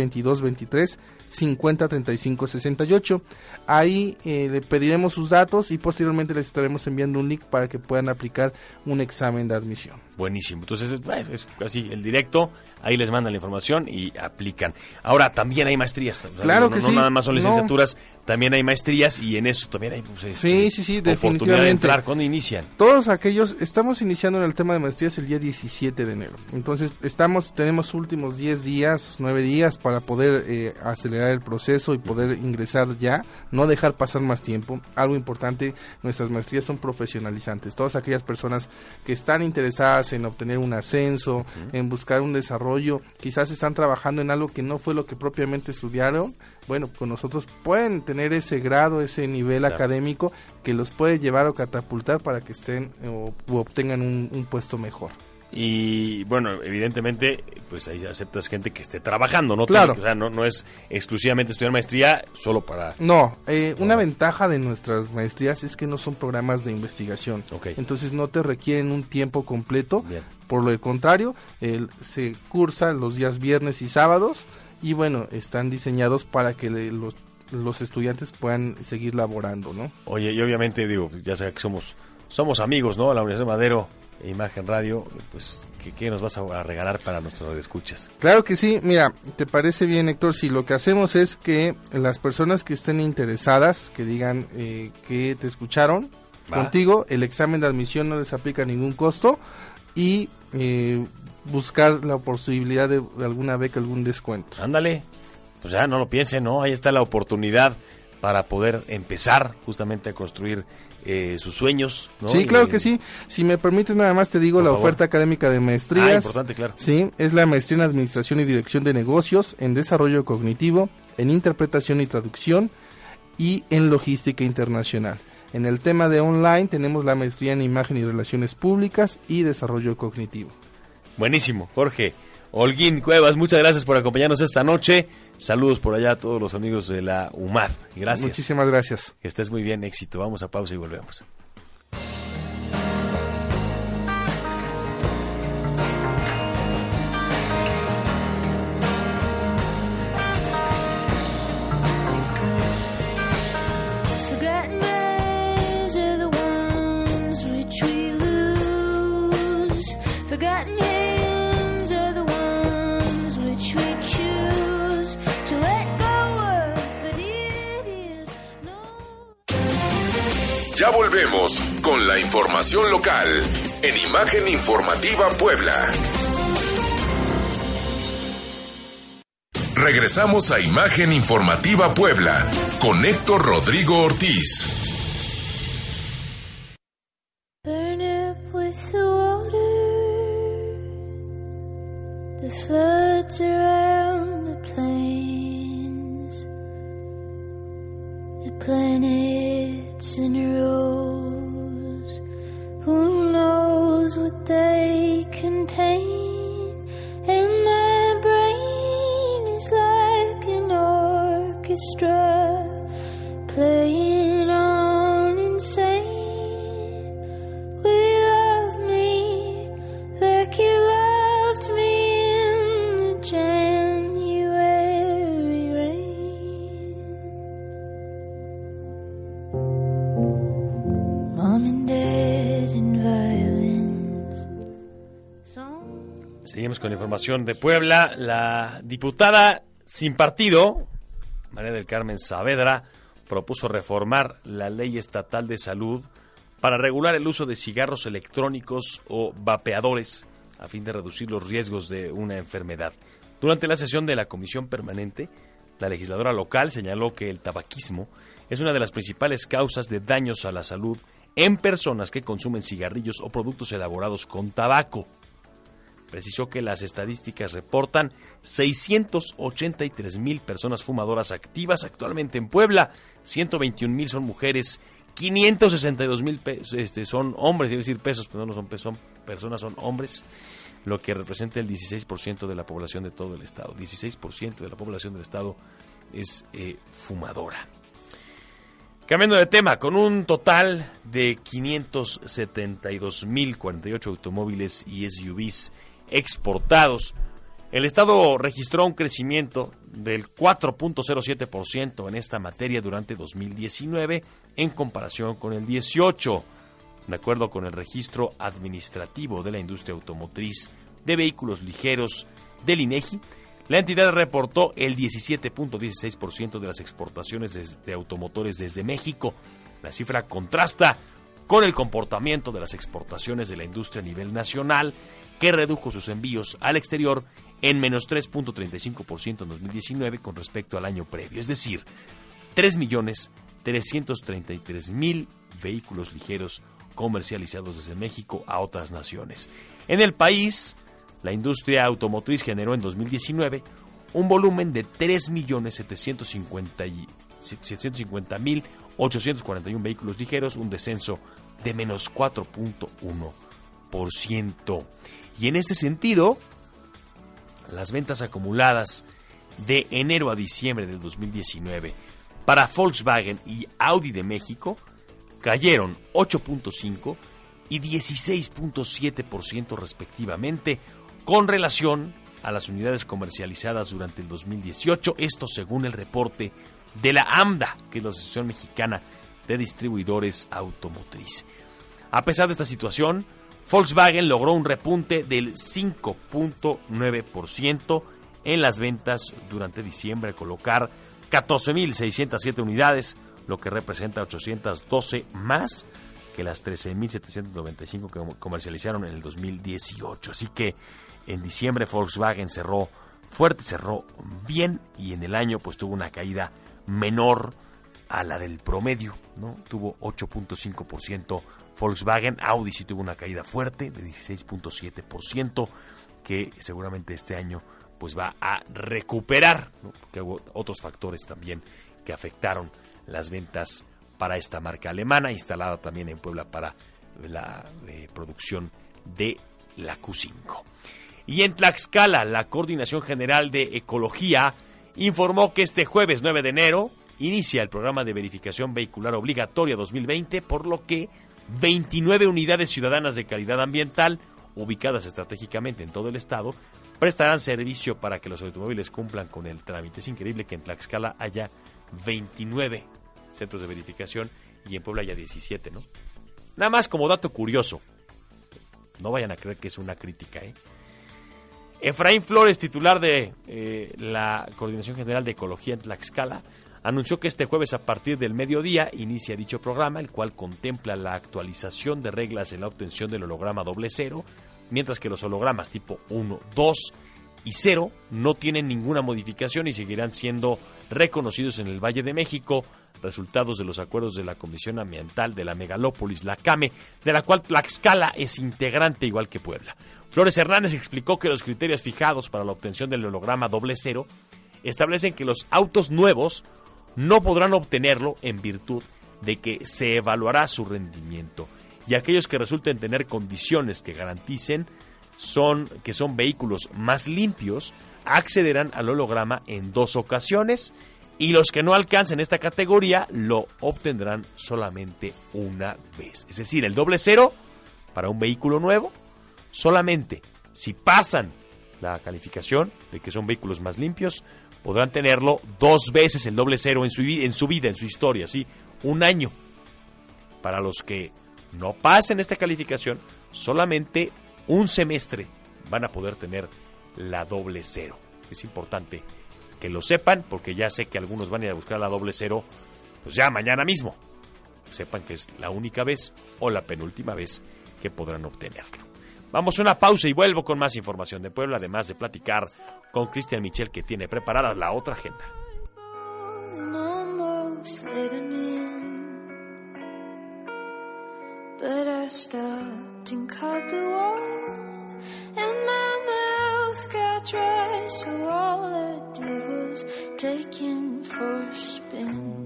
2223-503568. Ahí le pediremos sus datos y posteriormente les estaremos enviando un link para que puedan aplicar un examen de admisión. Buenísimo, entonces es así, el directo, ahí les mandan la información y aplican. Ahora, también hay maestrías, claro que no sí, nada más son licenciaturas, también hay maestrías y en eso también hay pues, sí, oportunidad de entrar. ¿Cuándo inician? Todos aquellos, estamos iniciando en el tema de maestrías el día 17 de enero, entonces tenemos últimos 10 días, 9 días para poder acelerar el proceso y poder ingresar ya, no dejar pasar más tiempo. Algo importante, nuestras maestrías son profesionalizantes, todas aquellas personas que están interesadas en obtener un ascenso, en buscar un desarrollo, quizás están trabajando en algo que no fue lo que propiamente estudiaron, bueno, con nosotros pueden tener ese grado, ese nivel académico que los puede llevar o catapultar para que estén o obtengan un puesto mejor. Y bueno, evidentemente, pues ahí aceptas gente que esté trabajando, ¿no? Claro. O sea, no es exclusivamente estudiar maestría solo para... No, una ventaja de nuestras maestrías es que no son programas de investigación. Okay. Entonces no te requieren un tiempo completo. Bien. Por lo contrario, se cursa los días viernes y sábados y bueno, están diseñados para que los estudiantes puedan seguir laborando, ¿no? Oye, y obviamente, digo, ya sé que somos amigos, ¿no? La Universidad de Madero, Imagen Radio, pues, ¿qué nos vas a regalar para nuestros radioescuchas? Claro que sí, mira, ¿te parece bien, Héctor? Si lo que hacemos es que las personas que estén interesadas, que digan que te escucharon contigo, el examen de admisión no les aplica ningún costo y buscar la posibilidad de alguna beca, algún descuento. Ándale, pues ya no lo piensen, ¿no? Ahí está la oportunidad para poder empezar justamente a construir sus sueños, ¿no? Sí, claro que sí. Si me permites, nada más te digo la oferta académica de maestrías. Importante, claro. Sí, es la maestría en Administración y Dirección de Negocios, en Desarrollo Cognitivo, en Interpretación y Traducción y en Logística Internacional. En el tema de online tenemos la maestría en Imagen y Relaciones Públicas y Desarrollo Cognitivo. Buenísimo, Jorge. Holguín Cuevas, muchas gracias por acompañarnos esta noche. Saludos por allá a todos los amigos de la UMAD. Gracias. Muchísimas gracias. Que estés muy bien, éxito. Vamos a pausa y volvemos. Ya volvemos con la información local en Imagen Informativa Puebla. Regresamos a Imagen Informativa Puebla con Héctor Rodrigo Ortiz. Planets in rows, who knows what they contain? And my brain is like an orchestra playing on insane. We love me like you loved me in the January rain. Mom and Dad and violins. Seguimos con información de Puebla. La diputada sin partido, María del Carmen Saavedra, propuso reformar la Ley Estatal de Salud para regular el uso de cigarros electrónicos o vapeadores a fin de reducir los riesgos de una enfermedad. Durante la sesión de la Comisión Permanente, la legisladora local señaló que el tabaquismo es una de las principales causas de daños a la salud en personas que consumen cigarrillos o productos elaborados con tabaco. Precisó que las estadísticas reportan 683,000 personas fumadoras activas actualmente en Puebla, 121,000 son mujeres, 562,000 son hombres, es decir, pesos, pero no son pesos, son personas, son hombres, lo que representa el 16% de la población de todo el estado. 16% de la población del estado es fumadora. Cambiando de tema, con un total de 572,048 automóviles y SUVs exportados, el estado registró un crecimiento del 4.07% en esta materia durante 2019 en comparación con el 18. De acuerdo con el registro administrativo de la industria automotriz de vehículos ligeros del INEGI, la entidad reportó el 17.16% de las exportaciones de automotores desde México. La cifra contrasta con el comportamiento de las exportaciones de la industria a nivel nacional, que redujo sus envíos al exterior en menos 3.35% en 2019 con respecto al año previo. Es decir, 3.333.000 vehículos ligeros comercializados desde México a otras naciones. En el país, la industria automotriz generó en 2019 un volumen de 3.750.841 vehículos ligeros, un descenso de menos 4.1%. Y en este sentido, las ventas acumuladas de enero a diciembre del 2019 para Volkswagen y Audi de México cayeron 8.5 y 16.7% respectivamente con relación a las unidades comercializadas durante el 2018, esto según el reporte de la AMDA, que es la Asociación Mexicana de Distribuidores Automotriz. A pesar de esta situación, Volkswagen logró un repunte del 5.9% en las ventas durante diciembre, al colocar 14.607 unidades, lo que representa 812 más que las 13.795 que comercializaron en el 2018. Así que en diciembre Volkswagen cerró fuerte, cerró bien, y en el año pues tuvo una caída menor a la del promedio, ¿no? Tuvo 8.5% Volkswagen. Audi sí tuvo una caída fuerte de 16.7%, que seguramente este año pues va a recuperar, ¿no? Porque hubo otros factores también que afectaron las ventas para esta marca alemana, instalada también en Puebla para la producción de la Q5. Y en Tlaxcala, la Coordinación General de Ecología informó que este jueves 9 de enero inicia el programa de verificación vehicular obligatoria 2020, por lo que 29 unidades ciudadanas de calidad ambiental, ubicadas estratégicamente en todo el estado, prestarán servicio para que los automóviles cumplan con el trámite. Es increíble que en Tlaxcala haya 29 centros de verificación y en Puebla haya 17, ¿no? Nada más como dato curioso. No vayan a creer que es una crítica, ¿eh? Efraín Flores, titular de la Coordinación General de Ecología en Tlaxcala, anunció que este jueves a partir del mediodía inicia dicho programa, el cual contempla la actualización de reglas en la obtención del holograma 00, mientras que los hologramas tipo 1, 2 y 0 no tienen ninguna modificación y seguirán siendo reconocidos en el Valle de México, resultados de los acuerdos de la Comisión Ambiental de la Megalópolis, la CAME, de la cual Tlaxcala es integrante igual que Puebla. Flores Hernández explicó que los criterios fijados para la obtención del holograma 00 establecen que los autos nuevos no podrán obtenerlo en virtud de que se evaluará su rendimiento, y aquellos que resulten tener condiciones que garanticen que son vehículos más limpios accederán al holograma en 2 ocasiones, y los que no alcancen esta categoría lo obtendrán solamente una vez. Es decir, el 00 para un vehículo nuevo, solamente si pasan la calificación de que son vehículos más limpios, podrán tenerlo 2 veces el 00 en su vida, en su historia, ¿sí? Un año. Para los que no pasen esta calificación, solamente un semestre van a poder tener la 00. Es importante que lo sepan, porque ya sé que algunos van a ir a buscar la 00 pues ya mañana mismo. Sepan que es la única vez o la penúltima vez que podrán obtenerlo. Vamos a una pausa y vuelvo con más información de Puebla, además de platicar con Cristian Michel, que tiene preparada la otra agenda. But I stopped and caught the wall, and my mouth got dry, so all I did was take him for a spin.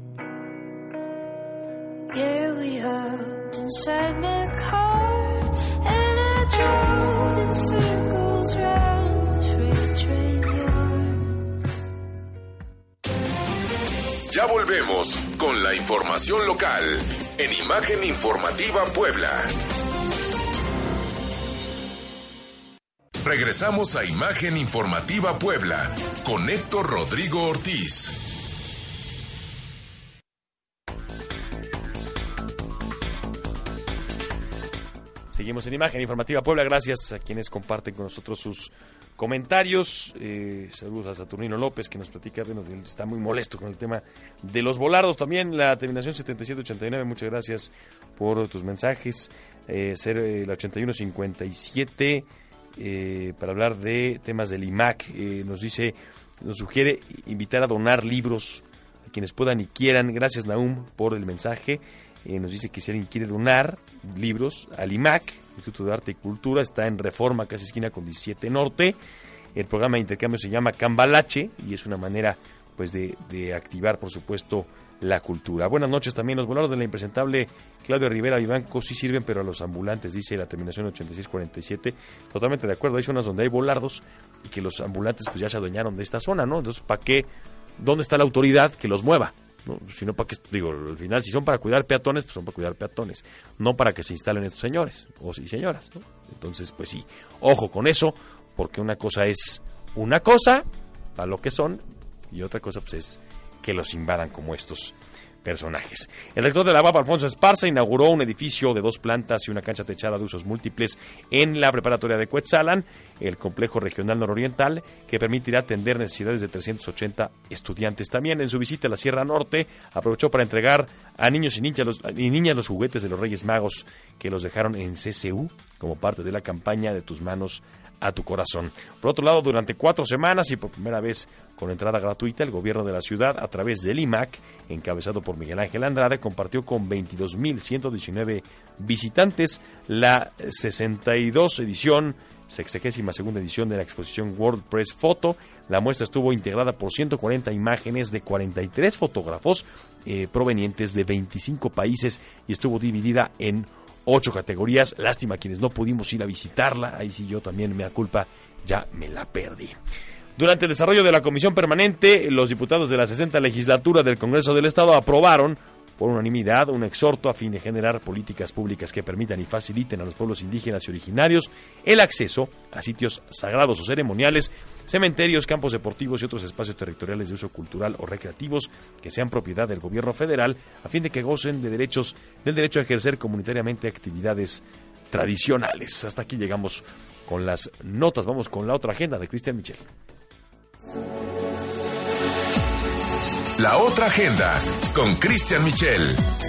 Yeah, we hopped inside my car, and I drove in circles round the freight train yard. Ya volvemos con la información local en Imagen Informativa Puebla. Regresamos a Imagen Informativa Puebla con Héctor Rodrigo Ortiz. Seguimos en Imagen Informativa Puebla, gracias a quienes comparten con nosotros sus comentarios. Saludos a Saturnino López, que nos platica, bueno, está muy molesto con el tema de los volardos. También la terminación 7789, muchas gracias por tus mensajes. La 8157, para hablar de temas del IMAC, nos sugiere invitar a donar libros a quienes puedan y quieran. Gracias, Naum, por el mensaje. Nos dice que si alguien quiere donar libros al IMAC, Instituto de Arte y Cultura, está en Reforma, casi esquina con 17 Norte. El programa de intercambio se llama Cambalache y es una manera pues de activar, por supuesto, la cultura. Buenas noches también. Los volados de la impresentable Claudio Rivera Vivanco sí sirven, pero a los ambulantes, dice la terminación 8647. Totalmente de acuerdo. Hay zonas donde hay volardos y que los ambulantes pues ya se adueñaron de esta zona, ¿no? Entonces, ¿para qué? ¿Dónde está la autoridad que los mueva? ¿No? Si no, ¿para qué? Digo, al final, si son para cuidar peatones, pues son para cuidar peatones, no para que se instalen estos señores o señoras, ¿no? Entonces, pues sí, ojo con eso, porque una cosa es una cosa, para lo que son, y otra cosa pues es que los invadan como estos personajes. El rector de la UAP, Alfonso Esparza, inauguró un edificio de 2 plantas y una cancha techada de usos múltiples en la preparatoria de Cuetzalan, el complejo regional nororiental, que permitirá atender necesidades de 380 estudiantes. También en su visita a la Sierra Norte, aprovechó para entregar a niños y niñas los juguetes de los Reyes Magos que los dejaron en CCU como parte de la campaña de Tus Manos a tu Corazón. Por otro lado, durante 4 semanas y por primera vez con entrada gratuita, el gobierno de la ciudad, a través del IMAC, encabezado por Miguel Ángel Andrade, compartió con 22,119 visitantes la 62ª edición de la exposición World Press Photo. La muestra estuvo integrada por 140 imágenes de 43 fotógrafos provenientes de 25 países y estuvo dividida en 8 categorías. Lástima quienes no pudimos ir a visitarla. Ahí sí yo también, mea culpa, ya me la perdí. Durante el desarrollo de la comisión permanente, los diputados de la 60ª legislatura del Congreso del Estado aprobaron por unanimidad un exhorto a fin de generar políticas públicas que permitan y faciliten a los pueblos indígenas y originarios el acceso a sitios sagrados o ceremoniales, cementerios, campos deportivos y otros espacios territoriales de uso cultural o recreativos que sean propiedad del gobierno federal, a fin de que gocen de del derecho a ejercer comunitariamente actividades tradicionales. Hasta aquí llegamos con las notas. Vamos con la otra agenda de Cristian Michel. La otra agenda con Cristian Michel.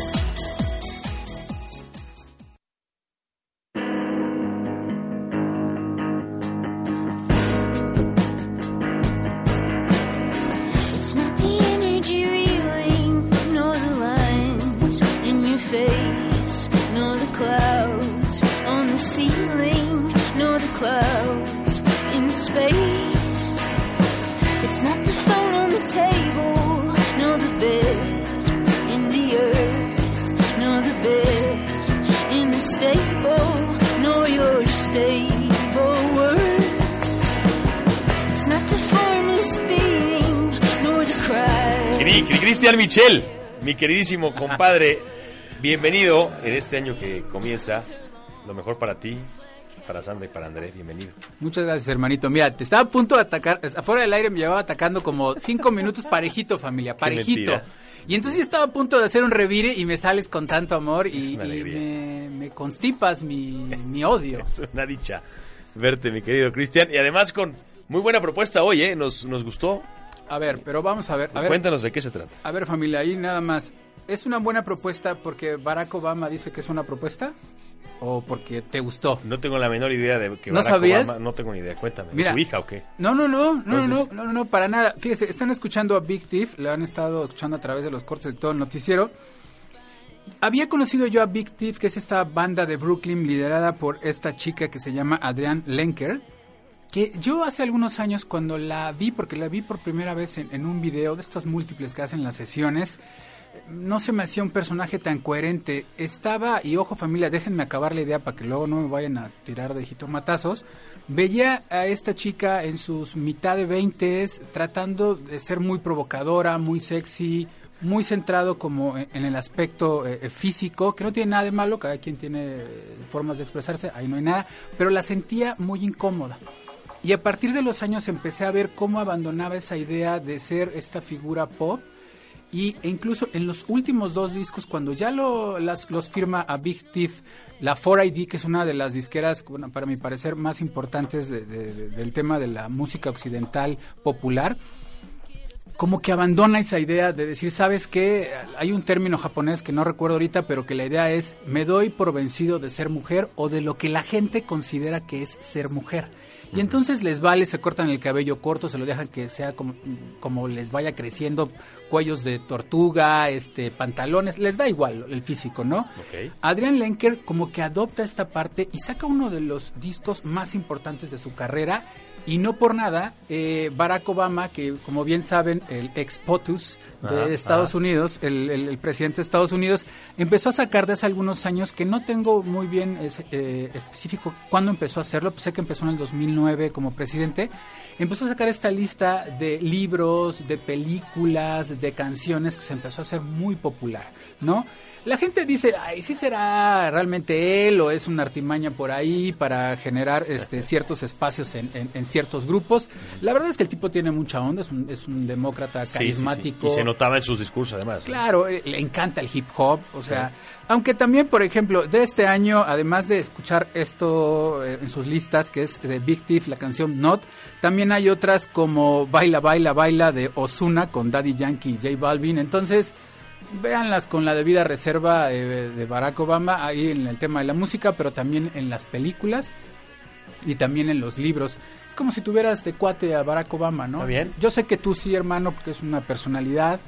It's not the energy reeling, nor the lines in your face, nor the clouds on the ceiling, nor the clouds in space. It's not the phone on the table, nor the bed in the earth, nor the bed in the stable, nor your stable words. It's not the formless being, nor the cry. Cristian Michel, mi queridísimo compadre, bienvenido en este año que comienza. Lo mejor para ti, para Sandra y para André, bienvenido. Muchas gracias, hermanito. Mira, te estaba a punto de atacar, afuera del aire me llevaba atacando como 5 minutos parejito, familia, parejito. Y entonces yo estaba a punto de hacer un revire y me sales con tanto amor y me constipas mi odio. Es una dicha verte, mi querido Cristian, y además con muy buena propuesta hoy, ¿eh? Nos gustó. A ver, pero vamos a ver. Cuéntanos de qué se trata. A ver, familia, ahí nada más. ¿Es una buena propuesta porque Barack Obama dice que es una propuesta? ¿O porque te gustó? No tengo la menor idea de que ¿No Barack sabías? Obama, no tengo ni idea, cuéntame. Mira, ¿es su hija o qué? No, para nada. Fíjese, están escuchando a Big Thief, lo han estado escuchando a través de los cortes de todo el noticiero. Había conocido yo a Big Thief, que es esta banda de Brooklyn liderada por esta chica que se llama Adrienne Lenker, que yo hace algunos años cuando la vi, porque la vi por primera vez en un video de estos múltiples que hacen las sesiones, no se me hacía un personaje tan coherente. Estaba, y ojo familia, déjenme acabar la idea para que luego no me vayan a tirar de jitomatazos. Veía a esta chica en sus mitad de 20s tratando de ser muy provocadora, muy sexy, muy centrado como en el aspecto físico, que no tiene nada de malo, cada quien tiene formas de expresarse, ahí no hay nada, pero la sentía muy incómoda. Y a partir de los años empecé a ver cómo abandonaba esa idea de ser esta figura pop. E incluso en los últimos 2 discos, cuando ya los firma a Big Thief, la 4ID, que es una de las disqueras, bueno, para mi parecer, más importantes del tema de la música occidental popular, como que abandona esa idea de decir, ¿sabes qué? Hay un término japonés que no recuerdo ahorita, pero que la idea es, me doy por vencido de ser mujer o de lo que la gente considera que es ser mujer. Y entonces les vale, se cortan el cabello corto, se lo dejan que sea como les vaya creciendo, cuellos de tortuga, pantalones, les da igual el físico, ¿no? Okay. Adrienne Lenker como que adopta esta parte y saca uno de los discos más importantes de su carrera, y no por nada, Barack Obama, que como bien saben el ex POTUS de Estados Unidos, el presidente de Estados Unidos, empezó a sacar desde hace algunos años, que no tengo muy bien específico cuándo empezó a hacerlo, pues sé que empezó en el 2009 como presidente, empezó a sacar esta lista de libros, de películas, de canciones que se empezó a hacer muy popular, ¿no? La gente dice, ay, ¿sí será realmente él o es una artimaña por ahí para generar ciertos espacios en ciertos grupos? La verdad es que el tipo tiene mucha onda, es un demócrata carismático. Sí. Y se notaba en sus discursos además. Claro, le encanta el hip hop, o sea, aunque también, por ejemplo, de este año, además de escuchar esto en sus listas, que es de Big Thief, la canción Not, también hay otras como Baila, Baila, Baila de Ozuna con Daddy Yankee y J Balvin, entonces véanlas con la debida reserva de Barack Obama, ahí en el tema de la música, pero también en las películas y también en los libros. Es como si tuvieras de cuate a Barack Obama, ¿no? ¿Está bien? Yo sé que tú sí, hermano, porque es una personalidad,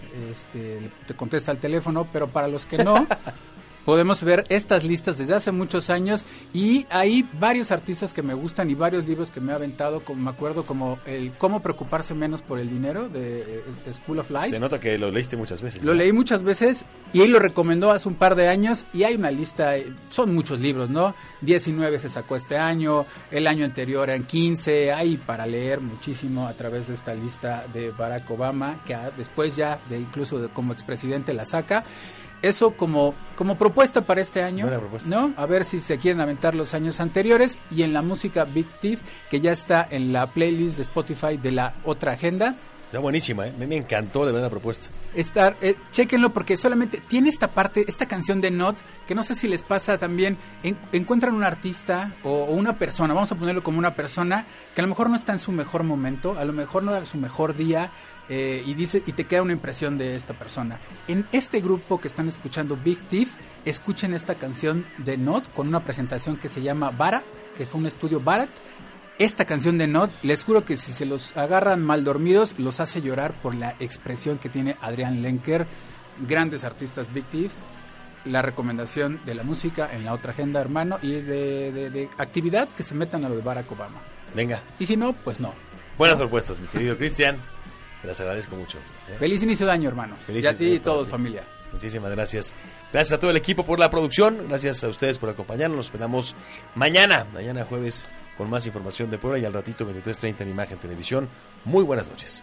te contesta al teléfono, pero para los que no... Podemos ver estas listas desde hace muchos años y hay varios artistas que me gustan y varios libros que me he aventado, como me acuerdo, como el Cómo preocuparse menos por el dinero de School of Life. Se nota que lo leíste muchas veces. Lo leí muchas veces y él lo recomendó hace un par de años y hay una lista, son muchos libros, ¿no? 19 se sacó este año, el año anterior eran 15, hay para leer muchísimo a través de esta lista de Barack Obama, que después ya incluso como expresidente la saca. Eso como propuesta para este año, buena propuesta, ¿no? A ver si se quieren aventar los años anteriores. Y en la música Big Thief, que ya está en la playlist de Spotify de la otra agenda. Está buenísima, me encantó de verdad la propuesta. Chéquenlo porque solamente tiene esta parte, esta canción de Not, que no sé si les pasa también, encuentran un artista o una persona, vamos a ponerlo como una persona, que a lo mejor no está en su mejor momento, a lo mejor no da su mejor día, y te queda una impresión de esta persona. En este grupo que están escuchando, Big Thief, escuchen esta canción de Not con una presentación que se llama Bara, que fue un estudio Barat. Esta canción de Not, les juro que si se los agarran mal dormidos, los hace llorar por la expresión que tiene Adrián Lenker. Grandes artistas Big Thief. La recomendación de la música en la otra agenda, hermano, y de actividad que se metan a lo de Barack Obama. Venga. Y si no, pues no. Buenas propuestas, mi querido Cristian. Te las agradezco mucho. Feliz inicio de año, hermano. Feliz y a ti y todos, familia. Muchísimas gracias. Gracias a todo el equipo por la producción. Gracias a ustedes por acompañarnos. Nos esperamos mañana jueves, con más información de Puebla y al ratito 23:30 en Imagen Televisión. Muy buenas noches.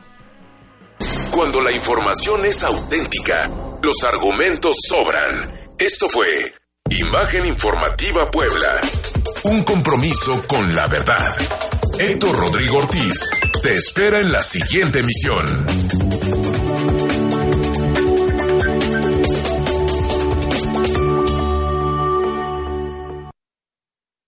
Cuando la información es auténtica, los argumentos sobran. Esto fue Imagen Informativa Puebla. Un compromiso con la verdad. Héctor Rodrigo Ortiz te espera en la siguiente emisión.